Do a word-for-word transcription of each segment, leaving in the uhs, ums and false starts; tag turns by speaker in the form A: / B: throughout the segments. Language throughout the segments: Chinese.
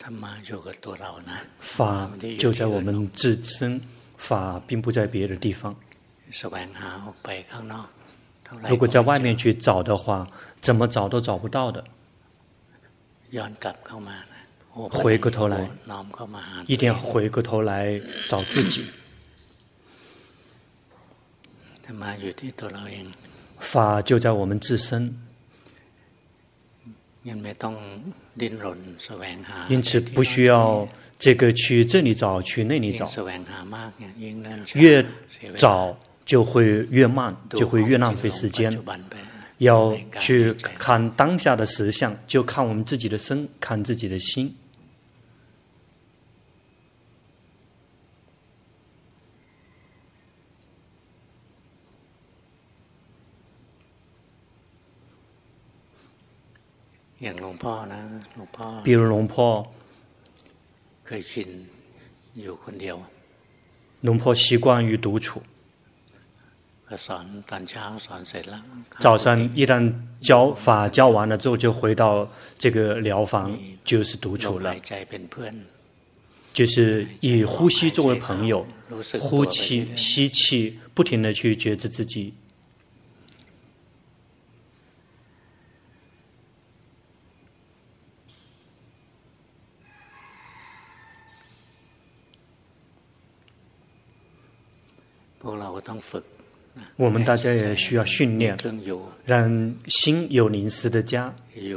A: 法就在我们自身，法并不在别的地方。如果在外面去找的话，怎么找都找不到的。回过头来，一定要回过头来找自己。法就在我们自身，因此不需要这个去这里找，去那里找。越找就会越慢，就会越浪费时间。要去看当下的实相，就看我们自己的身，看自己的心。比如龙婆，龙婆习惯于独处。早上一旦教法教完了之后，就回到这个疗房，就是独处了。就是以呼吸作为朋友，呼气、吸气，不停地去觉知自己。我们大家也需要训练，让心有临时的家，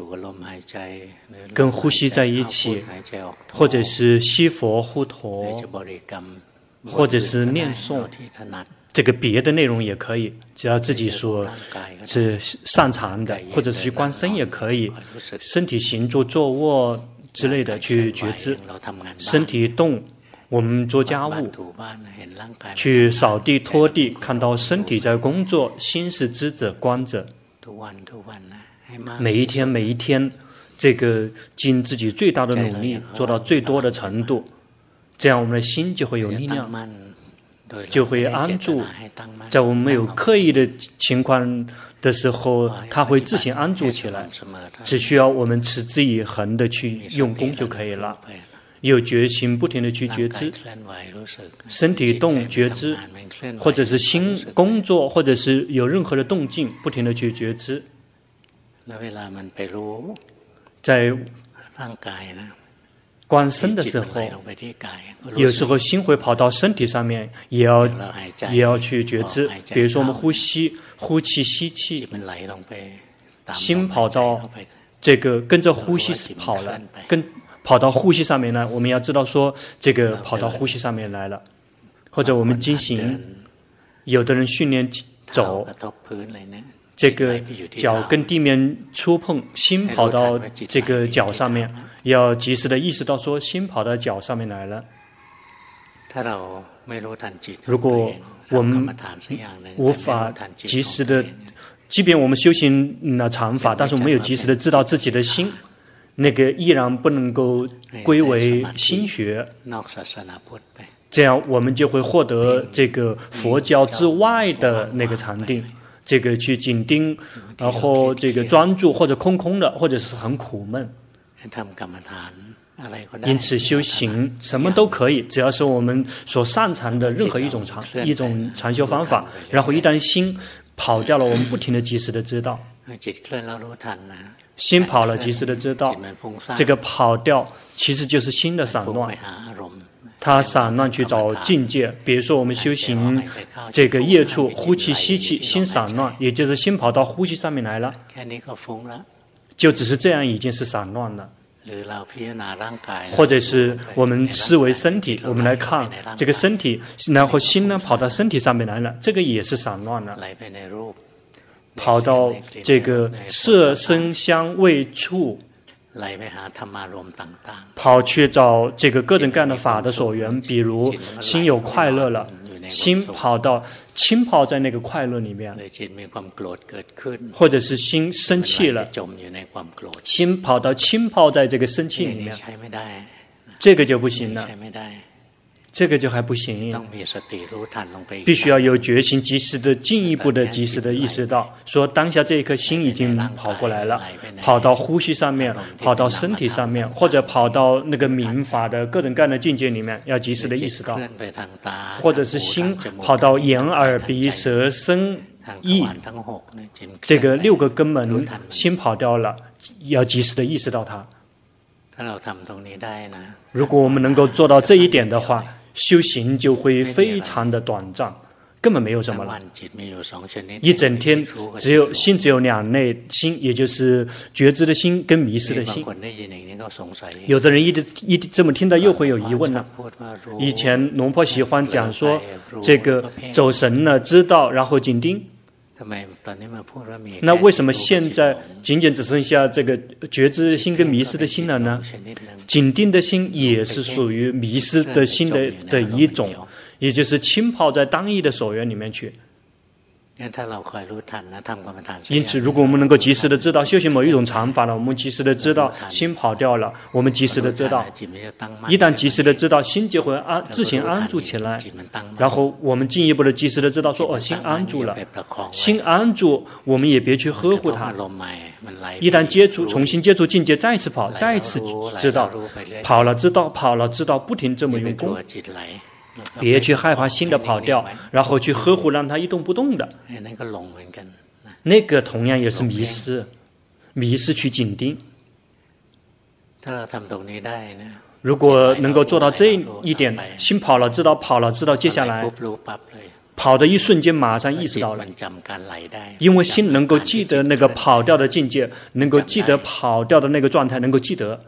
A: 跟呼吸在一起，或者是吸佛呼陀，或者是念诵，这个别的内容也可以，只要自己所是擅长的，或者是去观身也可以，身体行住坐卧之类的去觉知，身体动。我们做家务，去扫地拖地，看到身体在工作，心是知者观者。每一天每一天，这个尽自己最大的努力，做到最多的程度，这样我们的心就会有力量，就会安住。在我们没有刻意的情况的时候，它会自行安住起来，只需要我们持之以恒的去用功就可以了。有决心，不停地去觉知，身体动觉知，或者是心工作，或者是有任何的动静，不停地去觉知。在观身的时候，有时候心会跑到身体上面，也要也要去觉知。比如说我们呼吸，呼气吸气，心跑到这个跟着呼吸跑了，跟跑到呼吸上面来，我们要知道说这个跑到呼吸上面来了。或者我们进行，有的人训练走，这个脚跟地面触碰，心跑到这个脚上面，要及时的意识到说心跑到脚上面来了。如果我们无法及时的，即便我们修行了禅法，但是我们没有及时的知道自己的心，那个依然不能够归为心学，这样我们就会获得这个佛教之外的那个禅定，这个去紧盯，然后这个专注或者空空的，或者是很苦闷。因此修行什么都可以，只要是我们所擅长的任何一种禅一种禅修方法，然后一旦心跑掉了，我们不停的及时的知道。心跑了，及时的知道，这个跑掉其实就是心的散乱，它散乱去找境界。比如说我们修行这个业处，呼气吸气，心散乱，也就是心跑到呼吸上面来了，就只是这样已经是散乱了。或者是我们思维身体，我们来看这个身体，然后心呢跑到身体上面来了，这个也是散乱了。跑到这个色声香味触，跑去找这个各种各样的法的所缘，比如心有快乐了，心跑到浸泡在那个快乐里面，或者是心生气了，心跑到浸泡在这个生气里面，这个就不行了， 这个就还不行，必须要有决心，及时的、进一步的、及时的意识到，说当下这一颗心已经跑过来了，跑到呼吸上面，跑到身体上面，或者跑到那个民法的各种各样的境界里面，要及时的意识到，或者是心跑到眼、耳、鼻、舌、身、意，这个六个根门，心跑掉了，要及时的意识到它。如果我们能够做到这一点的话，修行就会非常的短暂，根本没有什么了。一整天只有心只有两类心，也就是觉知的心跟迷失的心。有的人一一这么听到又会有疑问了。以前龙婆喜欢讲说，这个走神了，知道，然后紧盯。那为什么现在仅仅只剩下这个觉知心跟迷失的心了呢？紧盯的心也是属于迷失的心的的一种，也就是浸泡在当意的所缘里面去。因此，如果我们能够及时的知道修行某一种禅法了，我们及时的知道心跑掉了，我们及时的知道，一旦及时的知道，心就会安自行安住起来。然后我们进一步的及时的知道说，哦，心安住了，心安住，我们也别去呵护它。一旦接触，重新接触境界，再次跑，再次知道，跑了知道，跑了知道，不停这么用功。别去害怕心的跑掉，然后去呵护让它一动不动的，那个同样也是迷失，迷失去紧盯。如果能够做到这一点，心跑了知道，跑了知道，接下来跑的一瞬间马上意识到了，因为心能够记得那个跑掉的境界，能够记得跑掉的那个状态，能够记得。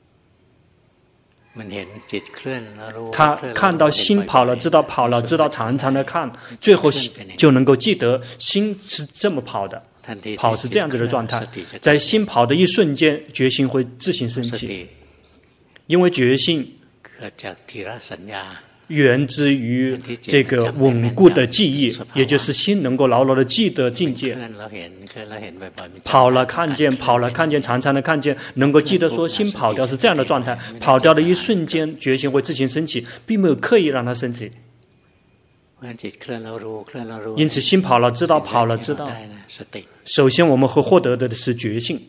A: 他看到心跑了，知道跑了，知道常常的看，最后就能够记得心是这么跑的，跑是这样子的状态。在心跑的一瞬间，觉性会自行升起，因为觉性源自于这个稳固的记忆，也就是心能够牢牢的记得境界。跑了看见，跑了看见，常常的看见，能够记得说心跑掉是这样的状态。跑掉的一瞬间，觉醒会自行升起，并没有刻意让它升起。因此，心跑了知道，跑了知道。首先，我们会获得的是觉性。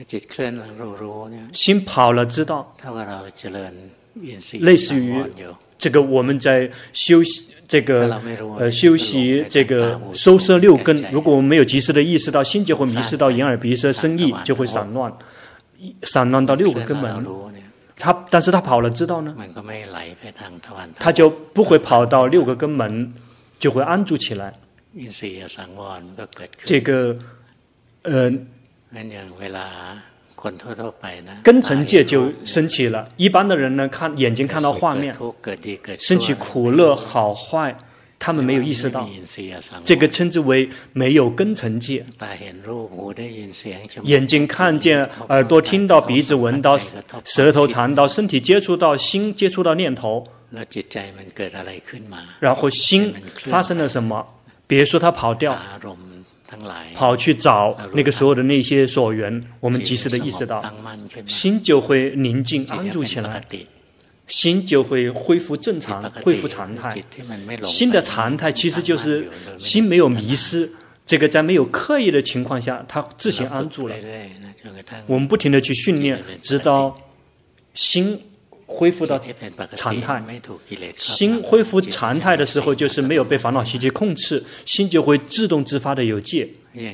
A: 心跑了知道，类似于这个我们在修习这个呃修习这个收摄六根，如果我们没有及时的意识到，心就会迷失到眼耳鼻舌身意，就会散乱，散乱到六个根门。他但是他跑了知道呢，他就不会跑到六个根门，就会安住起来。这个呃。根尘界就升起了，一般的人呢，看眼睛看到画面，升起苦乐好坏，他们没有意识到，这个称之为没有根尘界。眼睛看见，耳朵听到，鼻子闻到，舌头尝到，身体接触到，心接触到念头，然后心发生了什么？别说它跑掉，跑去找那个所有的那些所缘，我们及时的意识到，心就会宁静安住起来，心就会恢复正常，恢复常态。心的常态其实就是心没有迷失，这个在没有刻意的情况下，它自行安住了。我们不停的去训练，直到心恢复到常态。心恢复常态的时候，就是没有被烦恼习气控制，心就会自动自发的有戒。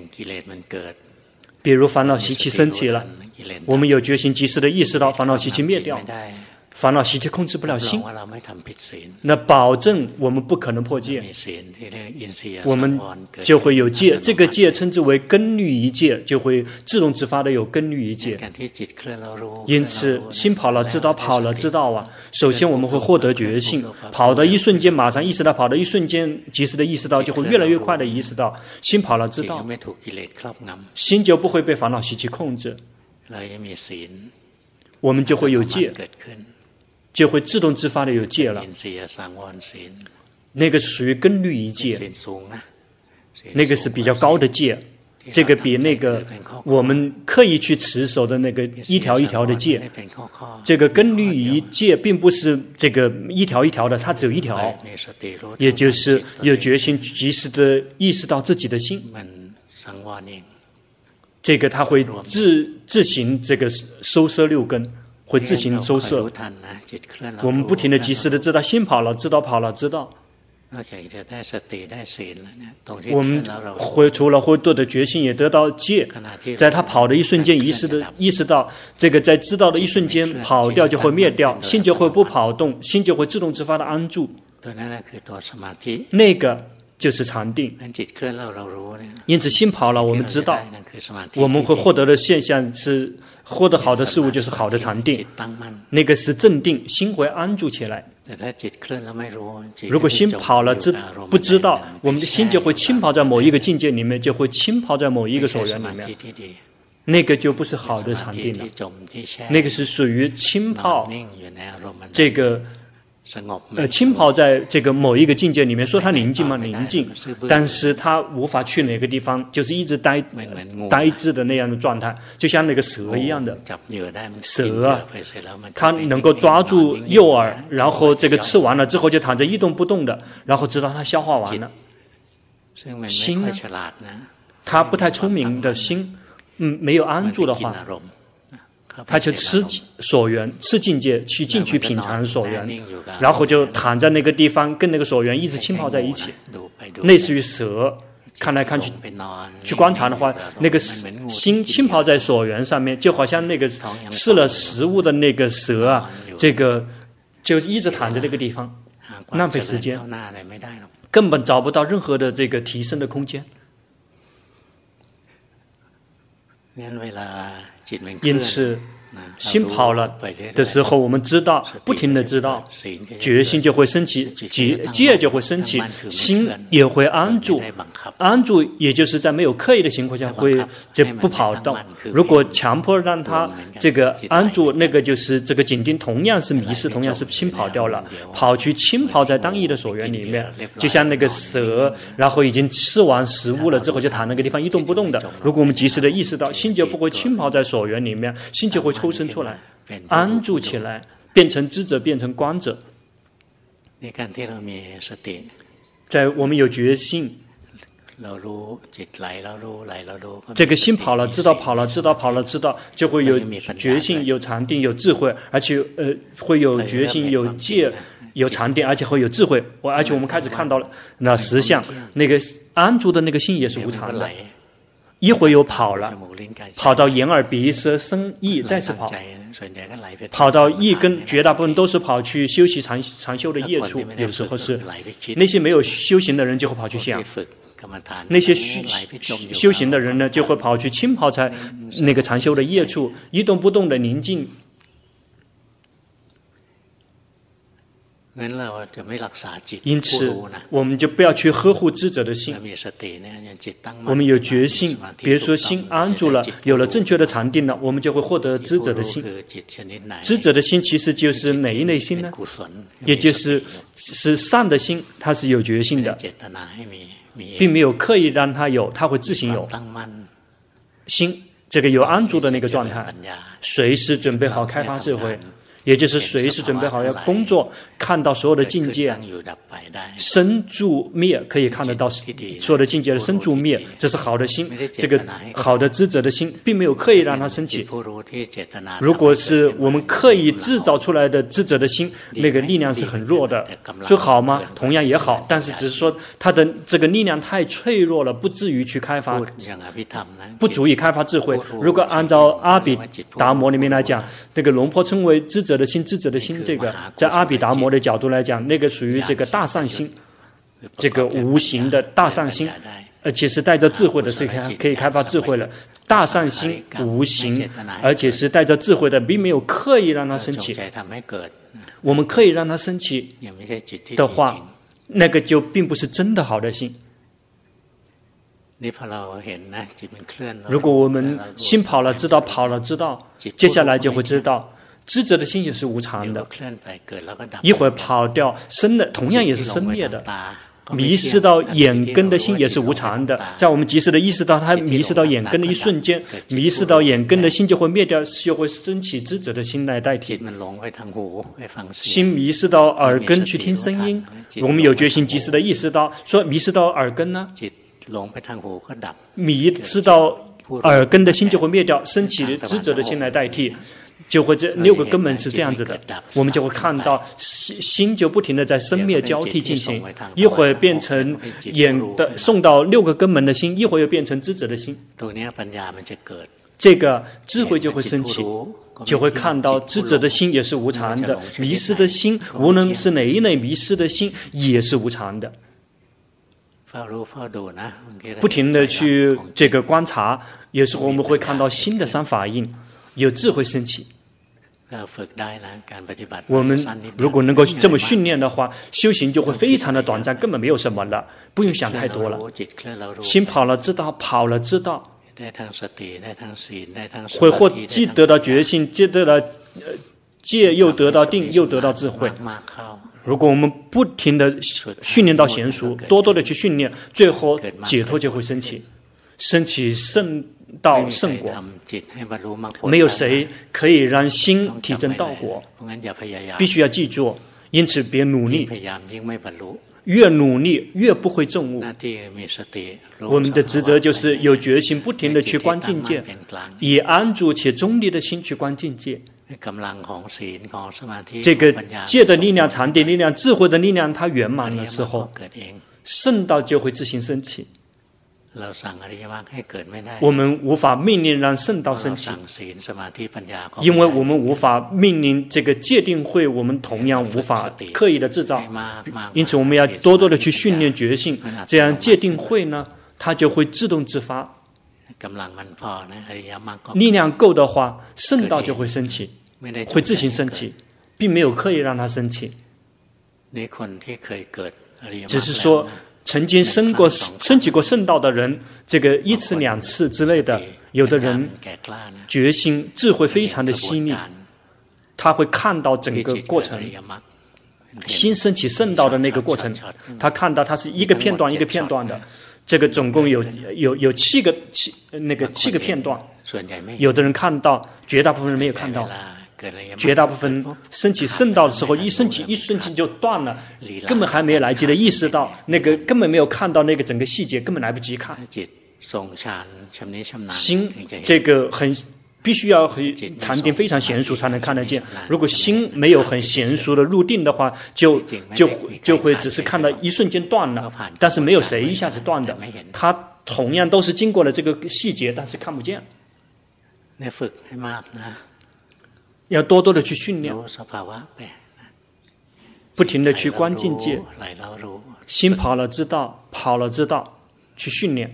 A: 比如烦恼习气升起了，我们有决心及时的意识到烦恼习气灭掉，烦恼习气控制不了心，那保证我们不可能破戒，我们就会有戒，这个戒称之为根律仪戒，就会自动自发的有根律仪戒。因此心跑了知道，跑了知道啊，首先我们会获得觉性，跑的一瞬间马上意识到，跑的一瞬间及时的意识到，就会越来越快的意识到心跑了知道，心就不会被烦恼习气控制，我们就会有戒，就会自动自发的有戒了。那个是属于根律仪戒，那个是比较高的戒， 这个比那个我们刻意去持守的那个一条一条的戒，这个根律仪戒并不是这个一条一条的，它只有一条，也就是有决心及时的意识到自己的心，这个它会自自行这个收摄六根，会自行收摄。我们不停的及时的知道心跑了，知道跑了，知道。我们会除了会获得决心，也得到戒。在他跑的一瞬间，意识的意识到这个，在知道的一瞬间，跑掉就会灭掉，心就会不跑动，心就会自动自发的安住。那个就是禅定。因此，心跑了，我们知道，我们会获得的现象是获得好的事物，就是好的禅定。那个是镇定，心会安住起来。如果心跑了，知不知道，我们的心就会浸泡在某一个境界里面，就会浸泡在某一个所缘里面，那个就不是好的禅定了，那个是属于浸泡这个呃浸泡在这个某一个境界里面。说它宁静吗？宁静，但是它无法去哪个地方，就是一直呆呆滞的那样的状态，就像那个蛇一样的。蛇啊，它能够抓住诱饵，然后这个吃完了之后就躺着一动不动的，然后直到它消化完了。心呢，它不太聪明的心，嗯，没有安住的话，他就吃所缘，吃境界，去进去品尝所缘，然后就躺在那个地方，跟那个所缘一直浸泡在一起，类似于蛇。看来看去，去观察的话，那个心浸泡在所缘上面，就好像那个吃了食物的那个蛇啊，这个就一直躺在那个地方，浪费时间，根本找不到任何的这个提升的空间。因此，心跑了的时候，我们知道，不停的知道，决心就会升起，戒戒就会升起，心也会安住。安住也就是在没有刻意的情况下会就不跑动。如果强迫让他这个安住，那个就是这个紧盯，同样是迷失，同样是心跑掉了，跑去浸泡在当意的所缘里面，就像那个蛇，然后已经吃完食物了之后就躺那个地方一动不动的。如果我们及时的意识到，心就不会浸泡在所缘里面，心就会抽身出来，安住起来，变成知者，变成观者。在我们有决心，这个心跑了，知道跑了，知道跑了，知道就会有决心，有禅定，有智慧，而且呃会有决心，有戒，有禅定，而且会有智慧。我而且我们开始看到了那实相，那个安住的那个心也是无常的。一会又跑了，跑到眼耳鼻舌身意，再次跑，跑到意跟绝大部分都是跑去修习禅禅修的业处。有时候是那些没有修行的人就会跑去想，那些修修行的人呢就会跑去浸泡在那个禅修的业处，一动不动的宁静。因此，我们就不要去呵护知者的心。我们有决心，比如说心安住了，有了正确的禅定了，我们就会获得知者的心。知者的心其实就是哪一类心呢？也就是是善的心，它是有决心的，并没有刻意让它有，它会自行有。心这个有安住的那个状态，随时准备好开发智慧。也就是随时准备好要工作，看到所有的境界生住灭，可以看得到所有的境界的生住灭，这是好的心。这个好的知者的心并没有刻意让它升起。如果是我们刻意制造出来的知者的心，那个力量是很弱的。说好吗？同样也好，但是只是说它的这个力量太脆弱了，不至于去开发，不足以开发智慧。如果按照阿比达摩里面来讲，那个龙婆称为知者的心，知者的心，这个在阿比达摩的角度来讲，那个属于这个大善心，这个无形的大善心，而且是带着智慧的，是可以开发智慧了。大善心无形，而且是带着智慧的，并没有刻意让它升起。我们刻意让它升起的话，那个就并不是真的好的心。如果我们心跑了，知道跑了，知道，接下来就会知道。知者的心也是无常的，一会儿跑掉生的，同样也是生灭的。 迷失到眼根的心也是无常的。在我们及时的意识到它迷失到眼根的一瞬间，迷失到眼根的心就会灭掉，就会升起知者的心来代替。心迷失到耳根去听声音，我们有决心及时的意识到，说迷失到耳根呢，迷失到耳根的心就会灭掉，升起知者的心来代替。就会这六个根本是这样子的，我们就会看到心就不停的在生灭交替进行，一会儿变成眼的送到六个根本的心，一会儿又变成知者的心，这个智慧就会升起，就会看到知者的心也是无常的，迷失的心无论是哪一类迷失的心也是无常的。不停的去这个观察，有时候我们会看到新的三法印，有智慧升起。我们如果能够这么训练的话，修行就会非常的短暂，根本没有什么了，不用想太多了。心跑了知道，跑了知道，会或既得到觉性，既得到呃戒，又得到定，又得到智慧。如果我们不停的训练到娴熟，多多的去训练，最后解脱就会升起，升起圣道圣果。没有谁可以让心体证道果，必须要记住，因此别努力，越努力越不会证悟。我们的职责就是有决心，不停的去观境界，以安住且中立的心去观境界。这个戒的力量、禅的力量、智慧的力量，它圆满的时候，圣道就会自行升起。我们无法命令让圣道升起，因为我们无法命令这个戒定慧，我们同样无法刻意的制造。因此我们要多多的去训练觉性，这样戒定慧呢，它就会自动自发。力量够的话，圣道就会升起，会自行升起，并没有刻意让它升起，只是说曾经升过升起过圣道的人，这个一次两次之类的，有的人决心智慧非常的细腻，他会看到整个过程，新升起圣道的那个过程，他看到它是一个片段一个片段的，这个总共有有有七个七那个七个片段，有的人看到，绝大部分人没有看到。绝大部分升起圣道的时候，一升起一瞬间就断了，根本还没有来及的意识到那个，根本没有看到那个整个细节，根本来不及看。心这个很必须要很禅定非常娴熟才能看得见。如果心没有很娴熟的入定的话，就就就会只是看到一瞬间断了，但是没有谁一下子断的，他同样都是经过了这个细节，但是看不见。要多多的去训练，不停的去观境界，心跑了知道，跑了知道，去训练。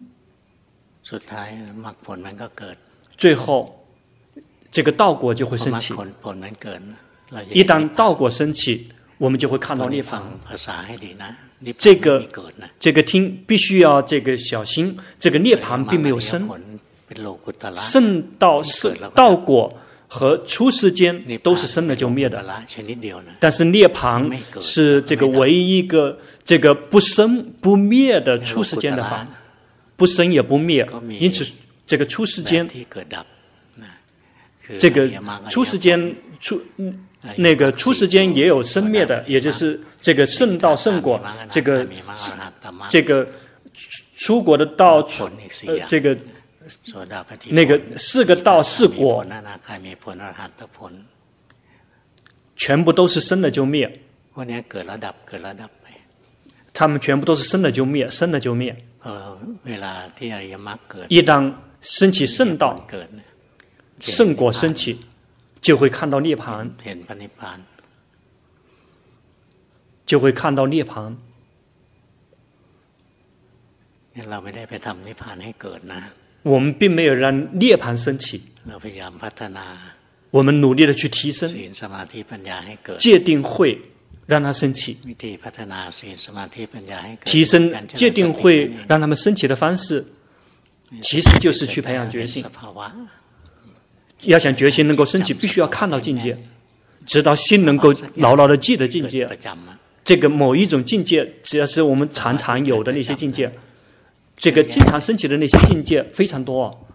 A: 最后，这个道果就会升起。一旦道果升起，我们就会看到涅槃。这个这个听必须要这个小心，这个涅槃并没有生，圣道是道果。和出世间都是生了就灭的，但是涅槃是这个唯一一个这个不生不灭的出世间的法，不生也不灭，因此这个出世间，这个出世间出那个出世间也有生灭的，也就是这个圣道圣果，这个这个出国的道，呃，这个。那个四个道四果，全部都是生了就灭，他们全部都是生了就灭，生了就灭。一旦升起圣道，圣果升起，就会看到涅槃，就会看到涅槃。我们并没有让涅槃升起，我们努力的去提升戒定慧，让它升起。提升戒定慧让他们升起的方式，其实就是去培养决心。要想决心能够升起，必须要看到境界，直到心能够牢牢的记得境界， 这个某一种境界，只要是我们常常有的那些境界，这个经常升起的那些境界非常多，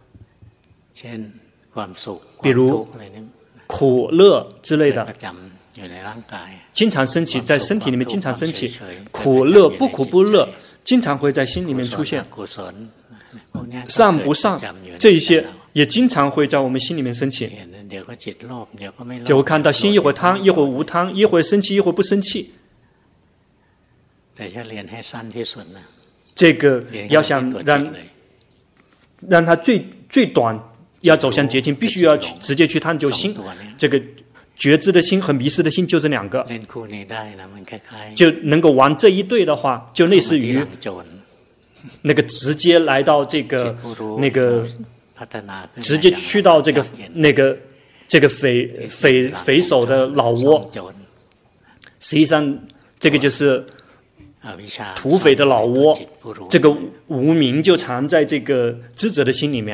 A: 比如苦乐之类的，经常升起，在身体里面经常升起，苦乐不苦不乐，经常会在心里面出现，善不善这一些也经常会在我们心里面升起，就会看到心一会儿贪，一会儿无贪，一会儿生气，一会儿不生气。这个要想让让他最最短要走向捷径，必须要去直接去探究心，这个觉知的心和迷失的心就这两个，就能够玩这一对的话，就类似于那个直接来到这个那个直接去到这个那个这个匪匪匪首的老窝，实际上这个就是土匪的老窝，这个无明就藏在这个知者的心里面。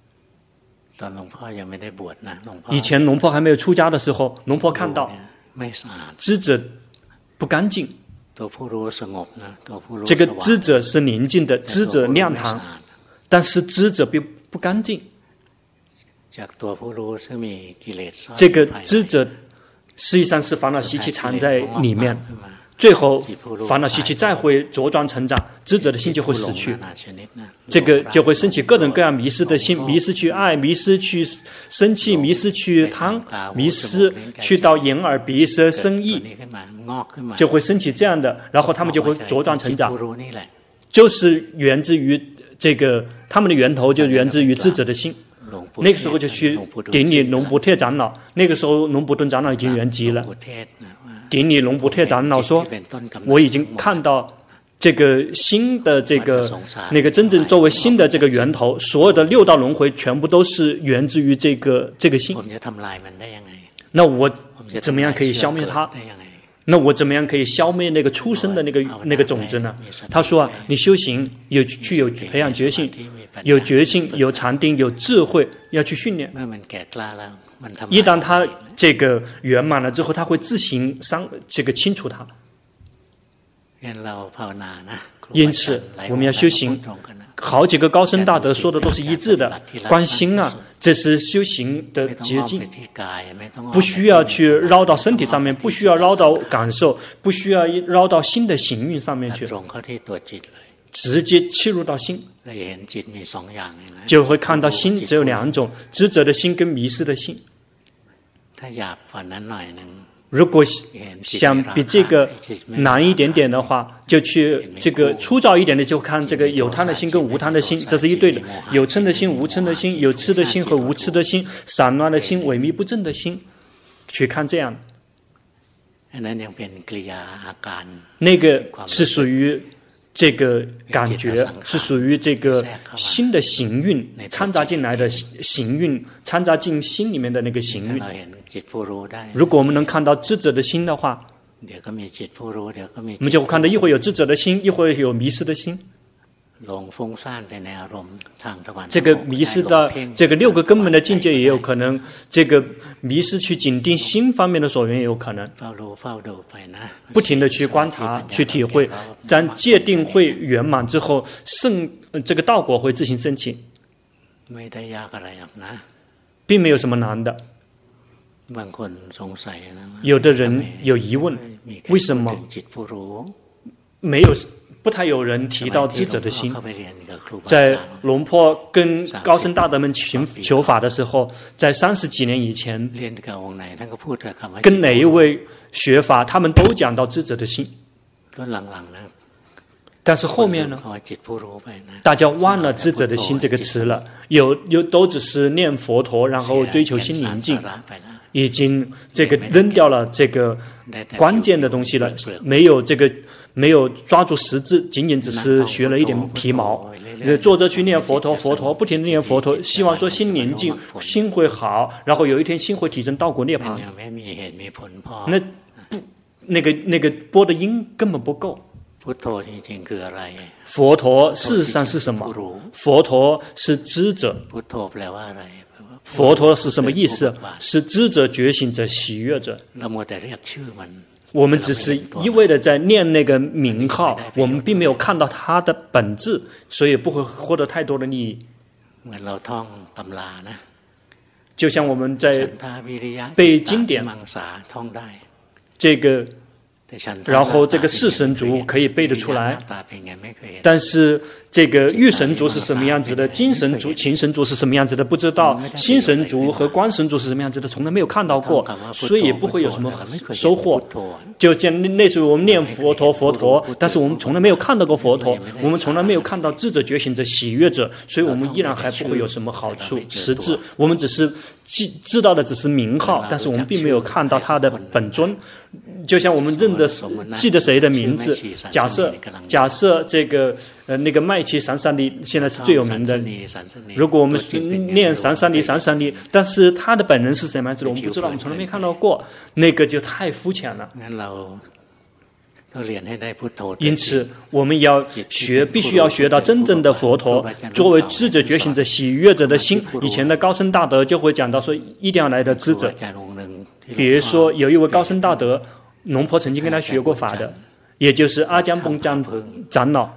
A: 以前龙婆还没有出家的时候，龙婆看到知者不干净，这个知者是宁静的，知者亮堂，但是知者并不干净。这个知者实际上是烦恼习气藏在里面，最后烦恼习气再会茁壮成长，知者的心就会死去，这个就会升起各种各样迷失的心，迷失去爱，迷失去生气，迷失去贪，迷失去到眼耳鼻舌身意，就会升起这样的，然后他们就会茁壮成长，就是源自于这个他们的源头就源自于知者的心。那个时候就去顶礼龙布特长老，那个时候龙布顿长老已经圆寂了，顶礼龙布特长老说，我已经看到这个新的这个那个真正作为新的这个源头，所有的六道轮回全部都是源自于这个这个心。那我怎么样可以消灭它？那我怎么样可以消灭那个出生的那个那个种子呢？他说啊，你修行有去有培养觉性，有觉性，有禅定，有智慧，要去训练。一旦他这个圆满了之后，他会自行伤这个清除它。因此，我们要修行。好几个高僧大德说的都是一致的，观心啊，这是修行的捷径，不需要去绕到身体上面，不需要绕到感受，不需要绕到心的行运上面去，直接切入到心，就会看到心只有两种，知者的心跟迷失的心。如果想比这个难一点点的话，就去这个粗糙一点的，就看这个有贪的心跟无贪的心，这是一对的。有嗔的心、无嗔的心，有痴的心和无痴的心，散乱的心、萎靡不振的心，去看这样。那个是属于这个感觉，是属于这个心的行运掺杂进来的行运，掺杂进心里面的那个行运。如果我们能看到智者的心的话，我们就会看到一会有智者的心，一会有迷失的心。这个迷失的这个六个根本的境界也有可能，这个迷失去紧盯心方面的所缘也有可能。不停的去观察、去体会，当戒定会圆满之后，圣这个道果会自行升起，并没有什么难的。有的人有疑问，为什么没有不太有人提到知者的心？在龙坡跟高僧大德们求求法的时候，在三十几年以前，跟哪一位学法，他们都讲到知者的心。但是后面呢，大家忘了知者的心这个词了，有有都只是念佛陀，然后追求心宁静，已经这个扔掉了这个关键的东西了，没有这个没有抓住实质，仅仅只是学了一点皮毛。坐着去念佛陀，佛陀不停地念佛陀，希望说心宁静，心会好，然后有一天心会体证道果涅槃。那不那个那个播的因根本不够。佛陀事实上是什么？佛陀是知者。佛陀是什么意思？是知者、觉醒者、喜悦者。 我们只是一味的在念那个名号，我们并没有看到它的本质，所以不会获得太多的利益。就像我们在背经典，这个然后这个四神族可以背得出来，但是这个御神族是什么样子的，金神族、秦神族是什么样子的不知道，新神族和光神族是什么样子的从来没有看到过，所以也不会有什么收获。就像那时候我们念佛陀佛陀，但是我们从来没有看到过佛陀，我们从来没有看到智者觉醒者喜悦者，所以我们依然还不会有什么好处实质，我们只是知知道的只是名号，但是我们并没有看到他的本尊。就像我们认得记得谁的名字，假设假设这个呃那个麦琪闪闪离现在是最有名的，如果我们念闪闪离闪闪离，但是他的本人是什么样子的我们不知道，我们从来没看到过，那个就太肤浅了。因此我们要学，必须要学到真正的佛陀，作为智者觉醒者喜悦者的心。以前的高僧大德就会讲到说一定要来的智者，比如说有一位高僧大德，龙婆曾经跟他学过法的，也就是阿姜崩长长老，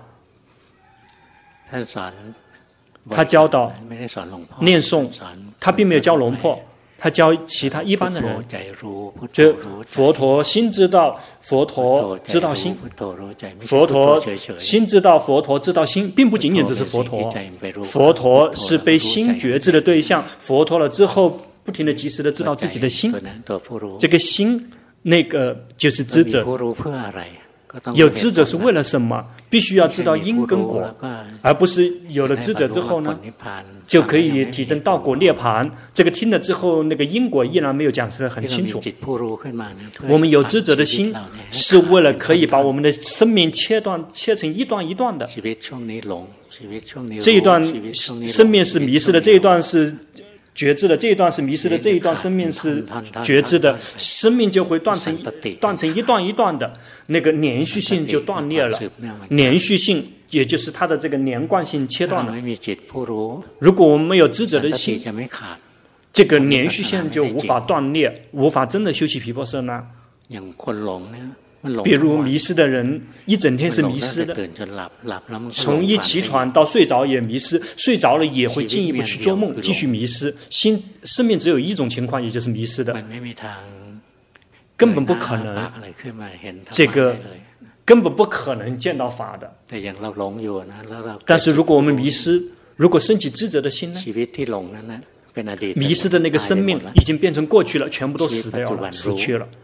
A: 他教导念诵，他并没有教龙婆，他教其他一般的人，就佛陀心知道，佛陀知道心，佛陀心知道，佛陀知道心，并不仅仅只是佛陀，佛陀是被心觉知的对象，佛陀了之后不停的及时的知道自己的心，这个心那个就是知者。有知者是为了什么？必须要知道因跟果，而不是有了知者之后呢，就可以提升道果涅槃。这个听了之后，那个因果依然没有讲述得很清楚。我们有知者的心，是为了可以把我们的生命切断，切成一段一段的。这一段生命是迷失的，这一段是觉知的，这一段是迷失的，这一段生命是觉知的，生命就会断成断成一段一段的，那个连续性就断裂了。连续性也就是它的这个连贯性切断了。如果我们没有知者的心，这个连续性就无法断裂，无法真的修习毗婆舍那。比如迷失的人，一整天是迷失的，从一起床到睡着也迷失，睡着了也会进一步去做梦，继续迷失。心生命只有一种情况，也就是迷失的，根本不可能，这个根本不可能见到法的。但是如果我们迷失，如果升起知者的心呢？迷失的那个生命已经变成过去了，全部都死掉了，死去了。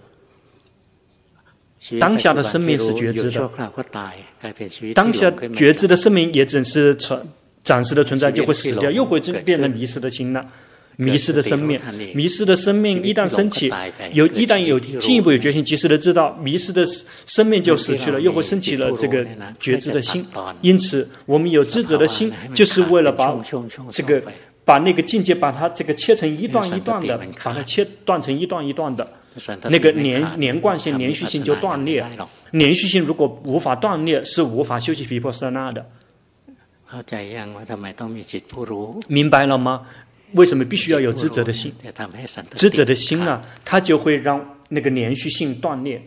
A: 当下的生命是觉知的，当下觉知的生命也只是暂时的存在，就会死掉，又会变成迷失的心了。迷失的生命，迷失的生命一旦升起，有一旦有进一步有决心，及时的知道，迷失的生命就死去了，又会升起了这个觉知的心。因此，我们有知者的心，就是为了把这个把那个境界，把它这个切成一段一段的，把它切断成一段一段的。那个连连贯性、连续性就断裂，连续性如果无法断裂，是无法修习毗婆舍那的。明白了吗？为什么必须要有知者的心？知者的心呢，它就会让那个连续性断裂。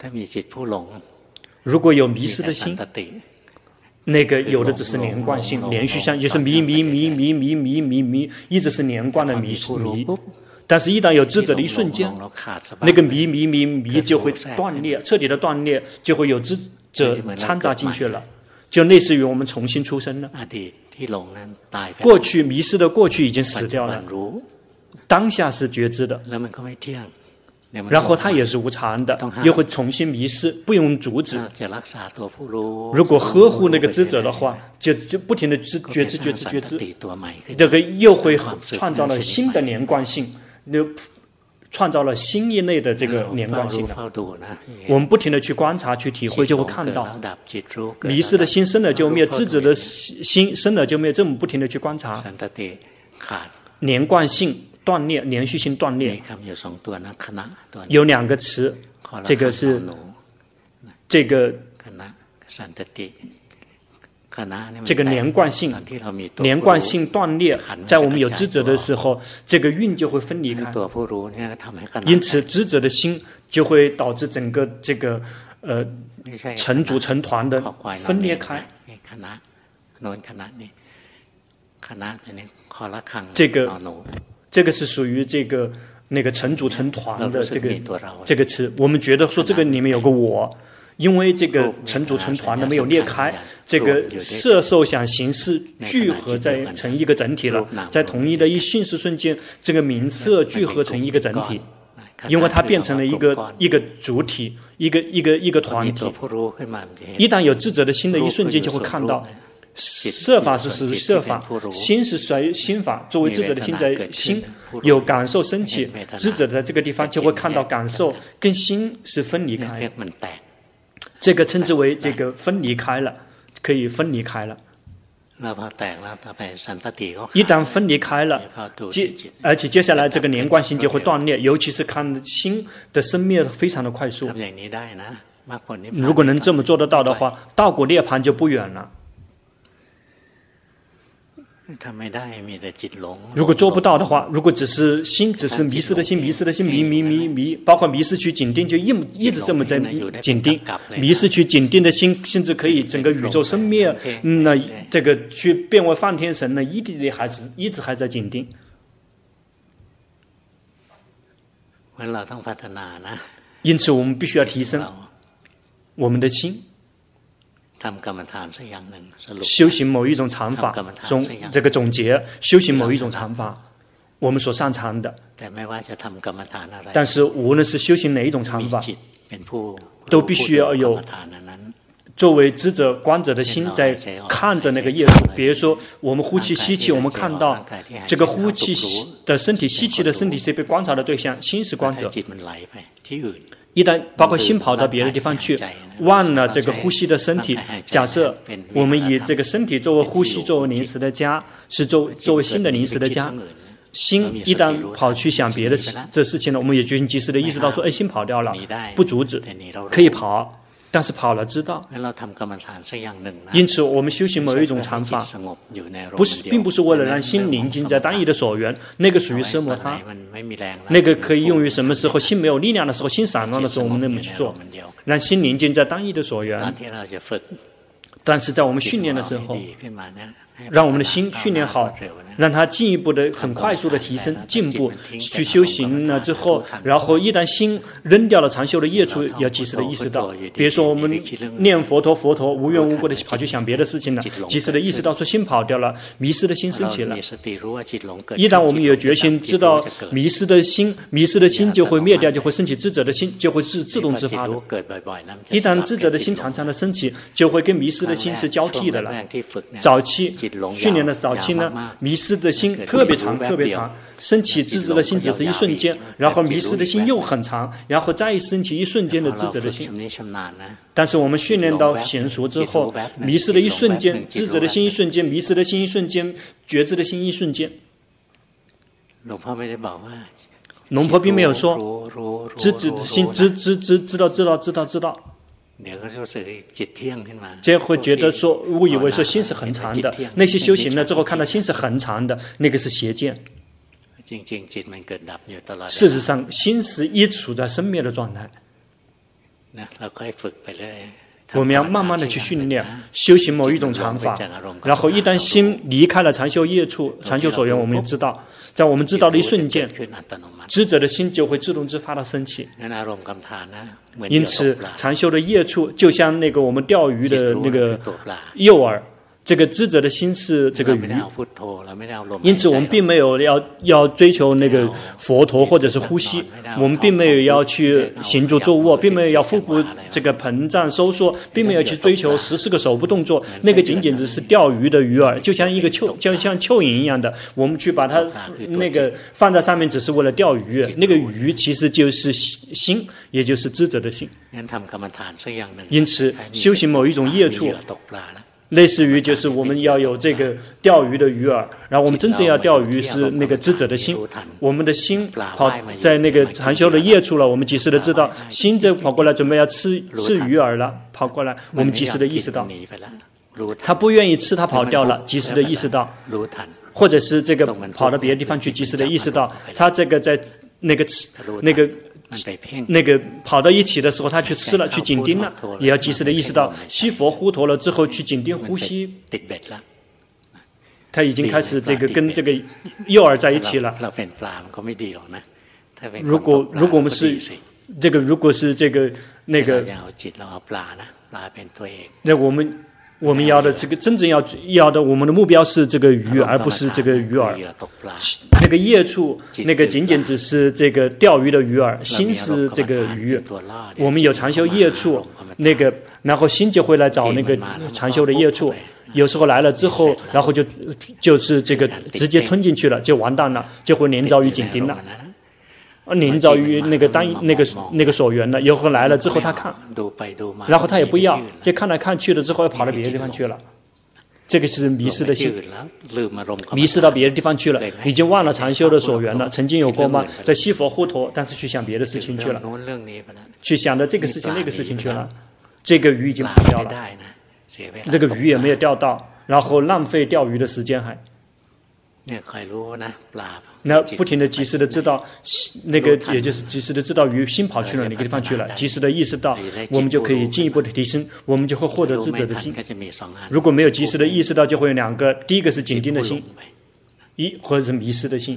A: 如果有迷失的心，那个有的只是连贯性、连续性，就是迷迷迷迷迷迷迷迷，一直是连贯的迷迷。但是，一旦有知者的一瞬间，那个迷迷迷迷就会断裂，彻底的断裂，就会有知者掺杂进去了，就类似于我们重新出生了。过去迷失的过去已经死掉了，当下是觉知的，然后它也是无常的，又会重新迷失，不用阻止。如果呵护那个知者的话，就就不停的知觉知觉知觉知，这个又会创造了新的连贯性。就创造了新一类的这个连贯性了。我们不停的去观察、去体会，就会看到迷失的心生了就灭，知者的心生了就灭。这么不停的去观察，连贯性断裂，连续性断裂。有两个词，这个是这个。这个连贯性，连贯性断裂，在我们有知者的时候，这个运就会分离开。因此，知者的心就会导致整个这个呃成组成团的分裂开。这个这个是属于这个那个成组成团的这个这个词，我们觉得说这个里面有个我。因为这个成组成团的没有裂开，这个色受想行识聚合在成一个整体了，在同一的一性识瞬间，这个名色聚合成一个整体，因为它变成了一个一个主体，一个一个一个团体。一旦有智者的心的一瞬间，就会看到色法是属于色法，心是属于心法。作为智者的心在心有感受升起，智者在这个地方就会看到感受跟心是分离开的。这个称之为这个分离开了，可以分离开了。一旦分离开了，接而且接下来这个连贯性就会断裂，尤其是看心的生灭非常的快速。如果能这么做得到的话，道果涅槃就不远了。如果做不到的话，如果只是心只是迷失的心，迷失的心迷迷迷迷，包括迷失去紧盯，就一一直这么在紧盯。迷失去紧盯的心，甚至可以整个宇宙生灭，嗯、那这个去变为梵天神呢，一直还是一直还在紧盯。因此，我们必须要提升我们的心。修行某一种禅法，总这个总结修行某一种禅法，我们所擅长的。但是无论是修行哪一种禅法，都必须要有作为知者观者的心在看着那个业数。比如说，我们呼气吸气，我们看到这个呼气的身体，吸气的身体是被观察的对象，心是观者。一旦包括心跑到别的地方去，忘了这个呼吸的身体。假设我们以这个身体作为呼吸作为临时的家，是作作为心的临时的家。心一旦跑去想别的事这事情了，我们也就及时的意识到说，哎，心跑掉了，不阻止，可以跑。但是跑了知道，因此我们修行某一种禅法，不是并不是为了让心宁静在单一的所缘，那个属于奢摩他，那个可以用于什么时候心没有力量的时候，心散乱的时候，我们那么去做，让心宁静在单一的所缘。但是在我们训练的时候，让我们的心训练好，让它进一步的很快速的提升进步，去修行了之后，然后一旦心扔掉了常修的业处，要及时的意识到。比如说我们念佛陀佛陀，无缘无故的跑去想别的事情了，及时的意识到说心跑掉了，迷失的心升起了。一旦我们有决心知道迷失的心，迷失的心就会灭掉，就会升起智者的心，就会是自动自发的。一旦智者的心常常的升起，就会跟迷失的心是交替的了。早期训练的早期呢，迷失的心特别长特别长，升起智者的心只是一瞬间，然后迷失的心又很长，然后再升起一瞬间的智者的心。但是我们训练到娴熟之后，迷失的一瞬间，智者的心一瞬间，迷失的心一瞬间，觉知的心一瞬间。龙婆并没有说知者的心知知知知道知道知道知道。这会觉得说，误以为说心是很长的，那些修行了之后看到心是很长的，那个是邪见。事实上，心是一直处在生灭的状态。我们要慢慢的去训练，修行某一种禅法，然后一旦心离开了禅修业处、禅修所缘，我们也知道，在我们知道的一瞬间，知者的心就会自动自发的升起。因此，禅修的业处就像那个我们钓鱼的那个诱饵。这个知者的心是这个鱼，因此我们并没有要要追求那个佛陀或者是呼吸，我们并没有要去行住坐卧，并没有要腹部这个膨胀收缩，并没有去追求十四个手部动作，那个仅仅只是钓鱼的鱼饵，就像一个蚯，就像蚯蚓一样的，我们去把它那个放在上面，只是为了钓鱼，那个鱼其实就是心，也就是知者的心。因此，修行某一种业处。类似于就是我们要有这个钓鱼的鱼饵，然后我们真正要钓鱼是那个知者的心，我们的心跑在那个禅修的业处了，我们及时的知道心就跑过来准备要吃吃鱼饵了，跑过来我们及时的意识到，他不愿意吃，他跑掉了，及时的意识到，或者是这个跑到别的地方去，及时的意识到，他这个在那个吃那个那个跑到一起的时候，他去吃了，去紧盯了，也要及时的意识到西佛呼陀了之后去紧盯呼吸。他已经开始这个跟这个诱饵在一起了。如果如果我们是这个，如果是这个那个，那我们我们要的这个真正要要的，我们的目标是这个鱼，而不是这个鱼饵。那个业处，那个仅仅只是这个钓鱼的鱼饵，心是这个鱼。我们有禅修业处，那个然后心就会来找那个禅修的业处。有时候来了之后，然后就就是这个直接吞进去了，就完蛋了，就会连着于紧盯了，连着于那个单那个那个所缘了。有时候来了之后他看，然后他也不要，就看来看去了之后又跑到别的地方去了。这个是迷失的心，迷失到别的地方去了，已经忘了禅修的所缘了。曾经有过吗？在西佛护陀，但是去想别的事情去了，去想着这个事情那个事情去了，这个鱼已经跑掉了。这个鱼也没有钓到，然后浪费钓鱼的时间还。那不停的及时的知道，那个也就是及时的知道鱼心跑去了哪个地方去了，及时的意识到，我们就可以进一步的提升，我们就会获得智者的心。如果没有及时的意识到，就会有两个，第一个是紧盯的心，一或者是迷失的心。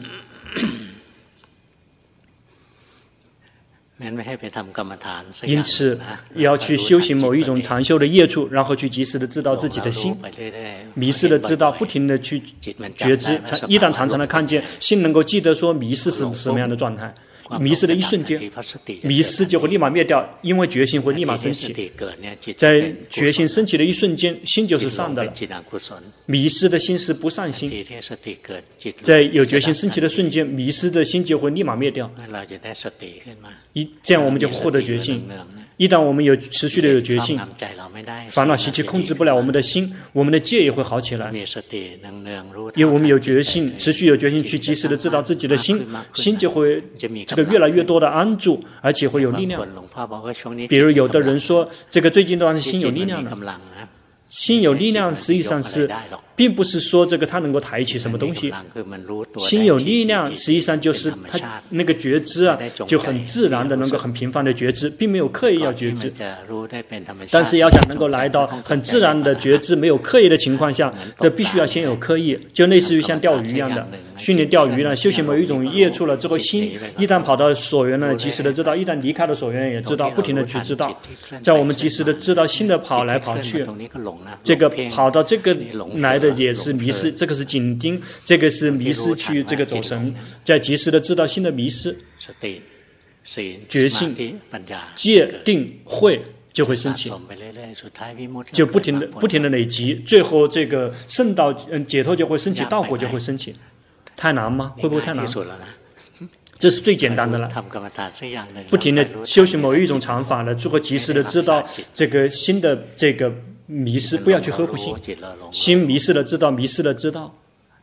A: 因此，要去修行某一种禅修的业处，然后去及时的知道自己的心，迷失的知道，不停的去觉知。一旦常常的看见，心能够记得说迷失是什么样的状态。迷失的一瞬间，迷失就会立马灭掉，因为觉性会立马升起。在觉性升起的一瞬间，心就是善的了。迷失的心是不善心，在有觉性升起的瞬间，迷失的心就会立马灭掉。一这样我们就获得觉性。一旦我们有持续的有觉性，烦恼习气控制不了我们的心，我们的戒也会好起来。因为我们有觉性，持续有觉性去及时的知道自己的心，心就会这个越来越多的安住，而且会有力量。比如有的人说，这个最近段是心有力量的。心有力量实际上是并不是说这个他能够抬起什么东西，心有力量实际上就是他那个觉知啊，就很自然的能够很频繁的觉知，并没有刻意要觉知。但是要想能够来到很自然的觉知，没有刻意的情况下，这必须要先有刻意，就类似于像钓鱼一样的训练钓鱼呢，修行某一种业处了之后，心一旦跑到所缘呢，及时的知道；一旦离开了所缘也知道，不停的去知道。在我们及时的知道心的跑来跑去，这个跑到这个来的也是迷失，这个是紧盯，这个是迷失去这个走神，在及时的知道心的迷失，觉性、戒、定、慧就会升起，就不停的不停的累积，最后这个圣道嗯解脱就会升起，道果就会升起。太难吗？会不会太难？这是最简单的了。不停的修行某一种禅法了，最后及时的知道这个心的这个迷失，不要去呵护心，心迷失了知道，迷失了知道。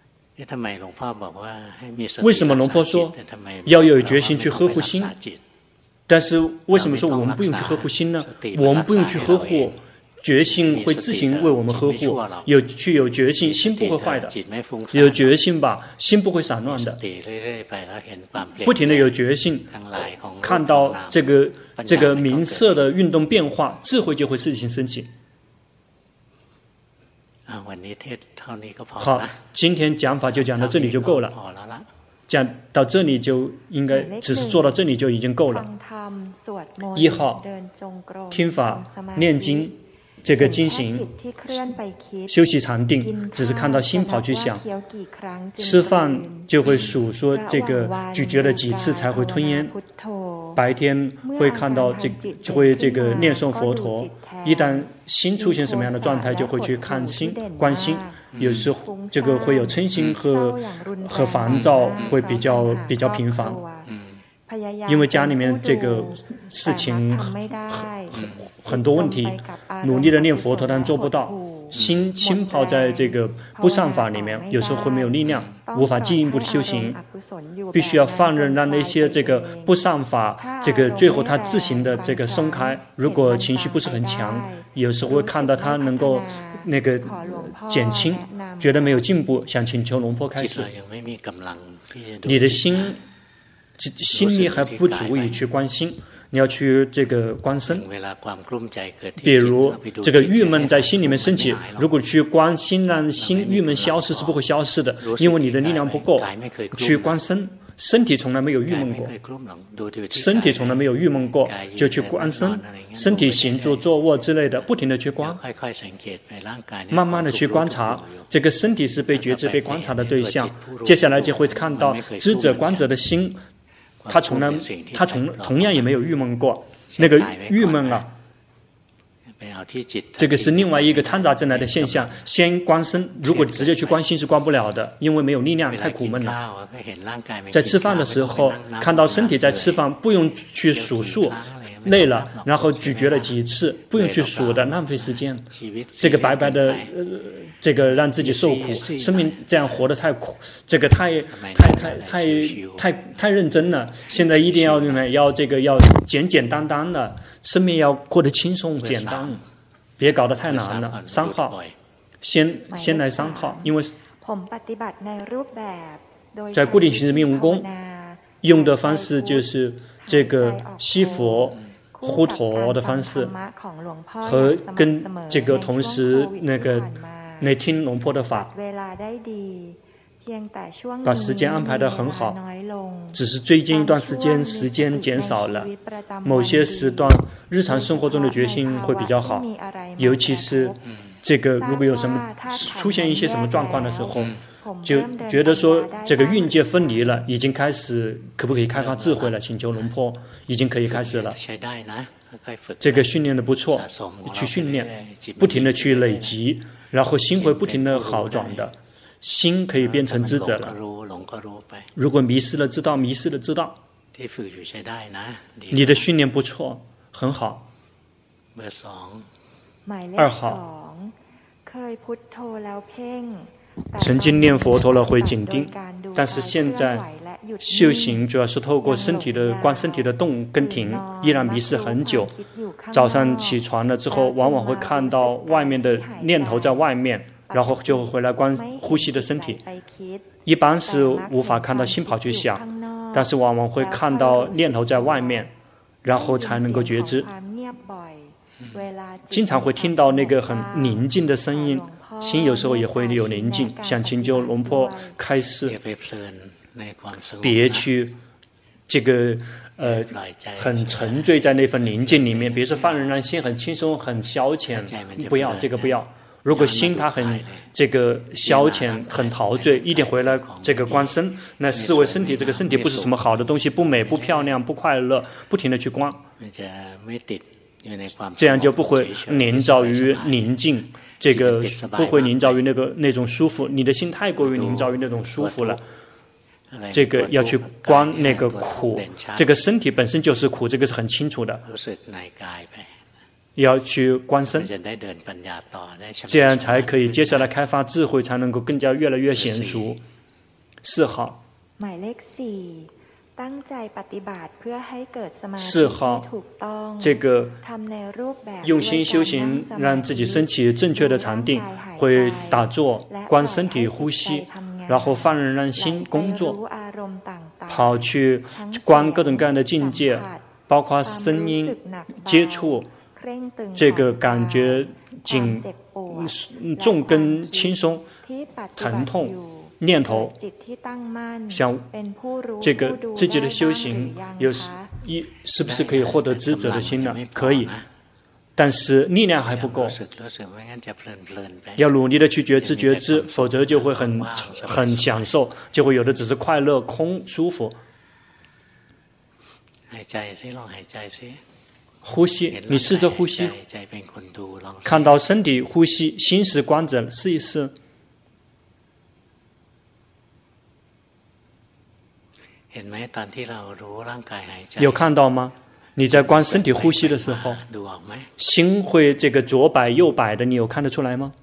A: 为什么龙婆说要有决心去呵护心？但是为什么说我们不用去呵护心呢？我们不用去呵护，觉性会自行为我们呵护。有去有觉性，心不会坏的；有觉性吧，心不会散乱的。不停的有觉性，看到这个这个名色的运动变化，智慧就会自行升起。好，今天讲法就讲到这里就够了。讲到这里就应该只是做到这里就已经够了。一号，听法、念经，这个经行、休息禅定，只是看到心跑去想。吃饭就会数说这个咀嚼了几次才会吞咽。白天会看到这就会这个念诵佛陀。一旦心出现什么样的状态，就会去看心、观心。有时候这个会有嗔心和和烦躁，会比较比较频繁。因为家里面这个事情很很很多问题，努力的念佛陀，但做不到。心浸泡在这个不善法里面，有时候会没有力量，无法进一步的修行。必须要放任让那些这个不善法，这个最后它自行的这个松开。如果情绪不是很强，有时候会看到它能够那个减轻，觉得没有进步，想请求龙婆开始。你的心心力还不足以去观心。你要去这个观身，比如这个郁闷在心里面升起，如果去观心，让心郁闷消失是不会消失的，因为你的力量不够。去观身，身体从来没有郁闷过，身体从来没有郁闷过，就去观身，身体行住坐卧之类的，不停的去观，慢慢的去观察，这个身体是被觉知、被观察的对象。接下来就会看到知者观者的心。他从来，他从同样也没有郁闷过。那个郁闷啊，这个是另外一个掺杂进来的现象。先观身，如果直接去观心是观不了的，因为没有力量，太苦闷了。在吃饭的时候，看到身体在吃饭，不用去数数，累了，然后咀嚼了几次，不用去数的，浪费时间。这个白白的。呃这个让自己受苦，生命这样活得太苦，这个太太太太太太认真了。现在一定要要这个要简简单单的，生命要过得轻松简单，别搞得太难了。三号，先先来三号，因为在固定形式命用功用的方式就是这个吸佛呼陀的方式，和跟这个同时那个。那听龙婆的法，把时间安排得很好，只是最近一段时间时间减少了，某些时段日常生活中的决心会比较好，尤其是这个如果有什么出现一些什么状况的时候，就觉得说这个蕴界分离了，已经开始可不可以开发智慧了？请求龙婆已经可以开始了，这个训练的不错，去训练，不停的去累积。然后心会不停的好转的，心可以变成知者了。如果迷失了知道，迷失了知道，你的训练不错，很好。二号，曾经念佛陀了会紧盯，但是现在修行主要是透过身体的观身体的动跟停，依然迷失很久。早上起床了之后，往往会看到外面的念头在外面，然后就会回来观呼吸的身体。一般是无法看到心跑去想，但是往往会看到念头在外面，然后才能够觉知。经常会听到那个很宁静的声音，心有时候也会有宁静。想请求龙婆开示，别去这个呃很沉醉在那份宁静里面。比如说放任让心很轻松很消遣，不要这个不要。如果心它很这个消遣很陶醉，一点回来这个观身，那视为身体，这个身体不是什么好的东西，不美不漂亮不快乐，不停的去观，这样就不会凝照于宁静，这个不会凝照于那个那种舒服。你的心太过于凝照于那种舒服了，这个要去观那个苦，这个身体本身就是苦，这个是很清楚的。要去观身，这样才可以接下来开发智慧，才能够更加越来越娴熟。四号，四号，这个用心修行，让自己升起正确的禅定，会打坐、观身体呼吸，然后放任让心工作，跑去观各种各样的境界，包括声音、接触。这个感觉紧重跟轻松，疼痛念头，像这个自己的修行有一是不是可以获得知者的心呢？可以，但是力量还不够，要努力的去觉知觉知，否则就会很很享受，就会有的只是快乐空舒服。呼吸，你试着呼吸，看到身体呼吸，心是观者，试一试。有看到吗？你在观身体呼吸的时候，心会这个左摆右摆的，你有看得出来吗？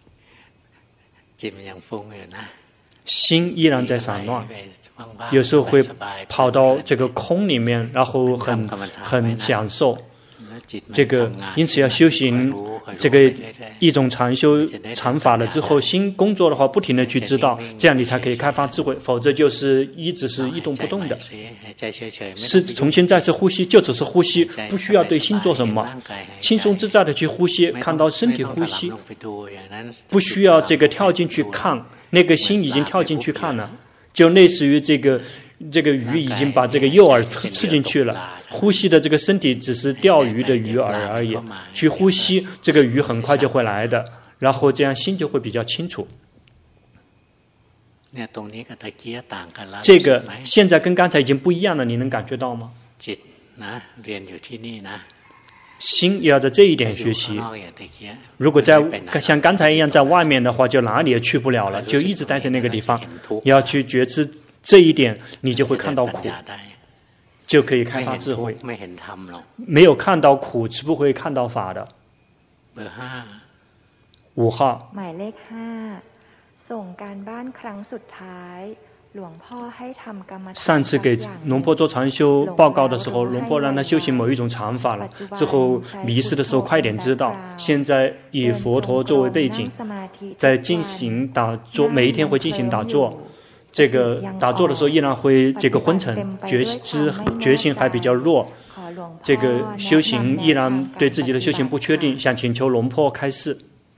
A: 心依然在散乱，有时候会跑到这个空里面，然后很很享受。 这个因此要修行这个一种禅修禅法了之后，心工作的话，不停的去知道，这样你才可以开发智慧，否则就是一直是一动不动的。是重新再次呼吸，就只是呼吸，不需要对心做什么，轻松自在的去呼吸，看到身体呼吸，不需要这个跳进去看，那个心已经跳进去看了，就类似于这个这个鱼已经把这个诱饵吃进去了，呼吸的这个身体只是钓鱼的鱼饵而已，去呼吸这个鱼很快就会来的，然后这样心就会比较清楚。这个现在跟刚才已经不一样了，你能感觉到吗？心也要在这一点学习。如果在像刚才一样在外面的话，就哪里也去不了了，就一直待在那个地方。要去觉知这一点，你就会看到苦，就可以开发智慧。没有看到苦，是不会看到法的。五号。上次给龙婆做禅修报告的时候，龙婆让他修行某一种禅法了，之后迷失的时候快点知道。现在以佛陀作为背景，在进行打坐，每一天会进行打坐。这个打坐的时候依然会这个昏沉，觉知觉性还比较弱，这个修行依然对自己的修行不确定，想请求龙婆开示。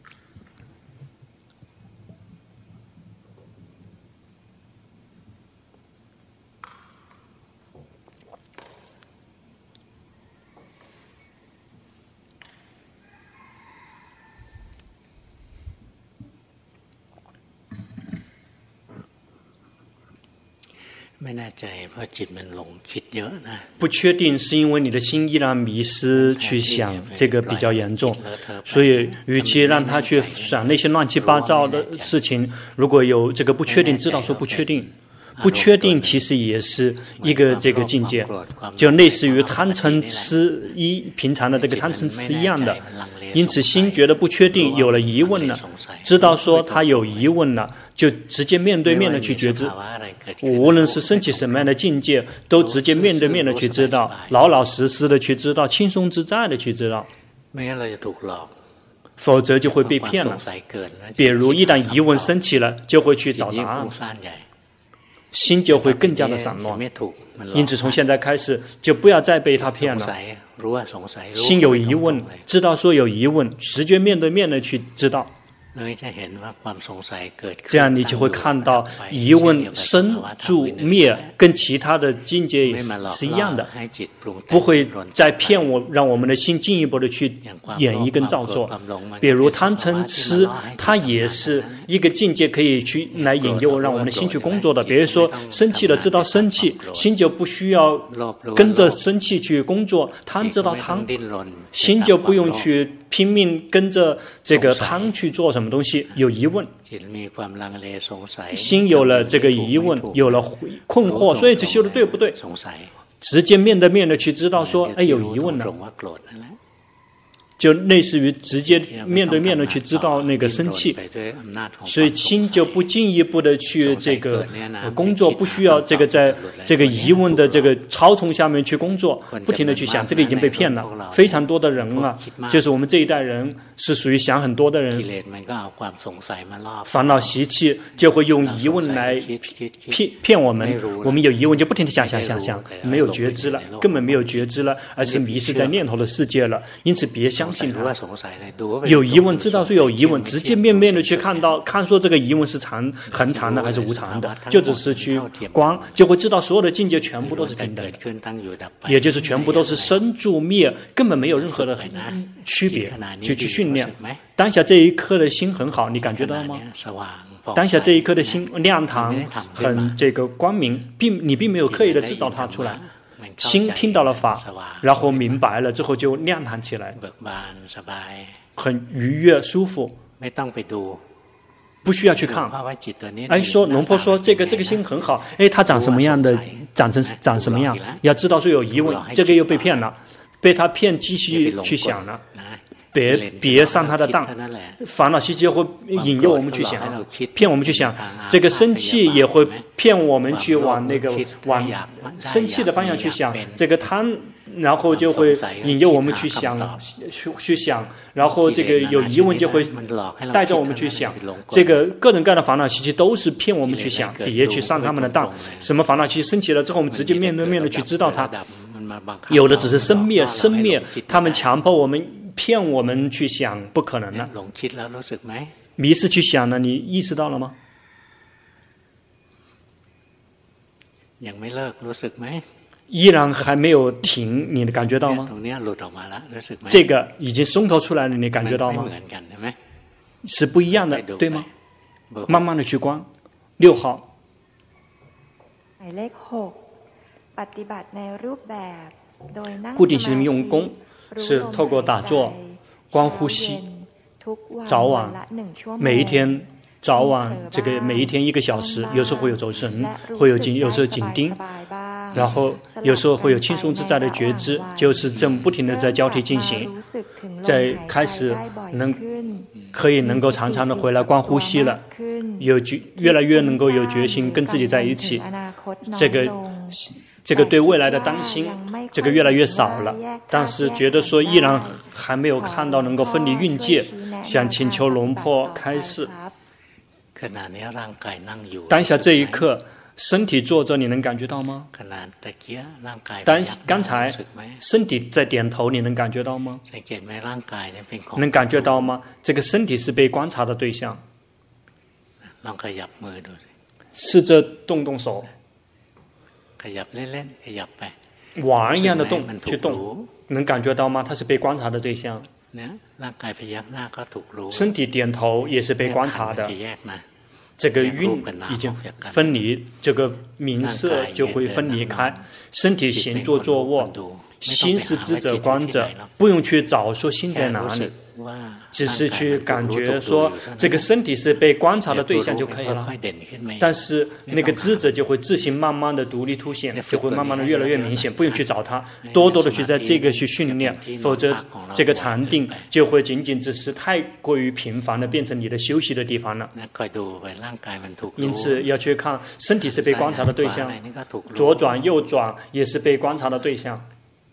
A: 不确定是因为你的心依然迷失去想，这个比较严重，所以与其让他去想那些乱七八糟的事情，如果有这个不确定，知道说不确定，不确定其实也是一个这个境界，就类似于贪嗔痴一平常的这个贪嗔痴一样的。因此心觉得不确定，有了疑问了，知道说他有疑问了，就直接面对面的去觉知。无论是升起什么样的境界，都直接面对面的去知道，老老实实的去知道，轻松自在的去知道。否则就会被骗了。比如一旦疑问升起了，就会去找答案，心就会更加的散乱。因此从现在开始就不要再被他骗了。心有疑问，知道说有疑问，直接面对面的去知道，这样你就会看到疑问生住灭跟其他的境界也是一样的，不会再骗我，让我们的心进一步的去演绎跟造作。比如贪嗔痴，它也是一个境界，可以去来引诱让我们的心去工作的。比如说生气了，知道生气，心就不需要跟着生气去工作；贪知道贪，心就不用去拼命跟着这个贪去做什么东西。有疑问，心有了这个疑问，有了困惑，所以这修的对不对？直接面对面的去知道说，哎，有疑问了，就类似于直接面对面的去知道那个生气，所以心就不进一步的去这个工作，不需要这个在这个疑问的这个操纵下面去工作，不停的去想，这个已经被骗了。非常多的人啊，就是我们这一代人是属于想很多的人，烦恼习气就会用疑问来骗骗我们，我们有疑问就不停的想想想想，没有觉知了，根本没有觉知了，而是迷失在念头的世界了。因此别相信他，有疑问知道是有疑问，直接面面的去看到，看说这个疑问是常恒常的还是无常的，就只是去观，就会知道所有的境界全部都是平等的，也就是全部都是生住灭，根本没有任何的区别，就去训练。当下这一刻的心很好，你感觉到吗？当下这一刻的心亮堂，很这个光明，并你并没有刻意的制造它出来。心听到了法，然后明白了之后就亮堂起来，很愉悦舒服，不需要去看。哎，说龙婆说这个这个心很好，哎，它长什么样的，长成长什么样？要知道说有疑问，这个又被骗了，被他骗，继续去想了。别别上他的当，烦恼习气会引诱我们去想，骗我们去想。这个生气也会骗我们去往那个往生气的方向去想。这个贪然后就会引诱我们去想，去去想，然后这个有疑问就会带着我们去想。这个各种各样的烦恼习气都是骗我们去想，别去上他们的当。什么烦恼习气升起了之后，我们直接面对面的去知道它。有的只是生灭，生灭，他们强迫我们、骗我们去想，不可能的。迷失去想呢，你意识到了吗？依然还没有停，你感觉到吗？这个已经松脱出来了，你感觉到吗？是不一样的，对吗？慢慢的去观。六号。固定性用功是透过打坐、观呼吸，早晚每一天。早晚这个每一天一个小时，有时候会有走神，会有紧，有时候紧盯，然后有时候会有轻松自在的觉知，就是这么不停的在交替进行，在开始能可以能够常常的回来观呼吸了，有决越来越能够有决心跟自己在一起，这个这个对未来的担心，这个越来越少了，但是觉得说依然还没有看到能够分离蕴界，想请求龙婆开示。当下这一刻，身体坐着，你能感觉到吗？当刚才身体在点头，你能感觉到吗？能感觉到吗？这个身体是被观察的对象。试着动动手，玩一样的动去动，能感觉到吗？它是被观察的对象。身体点头也是被观察的。这个蕴已经分离，这个名色就会分离开。身体行坐坐卧，心是知者观者，不用去找说心在哪里，只是去感觉说这个身体是被观察的对象就可以了。但是那个知者就会自行慢慢的独立凸显，就会慢慢的越来越明显，不用去找它，多多的去在这个去训练，否则这个禅定就会仅仅只是太过于频繁的变成你的休息的地方了。因此要去看身体是被观察的对象，左转右转也是被观察的对象。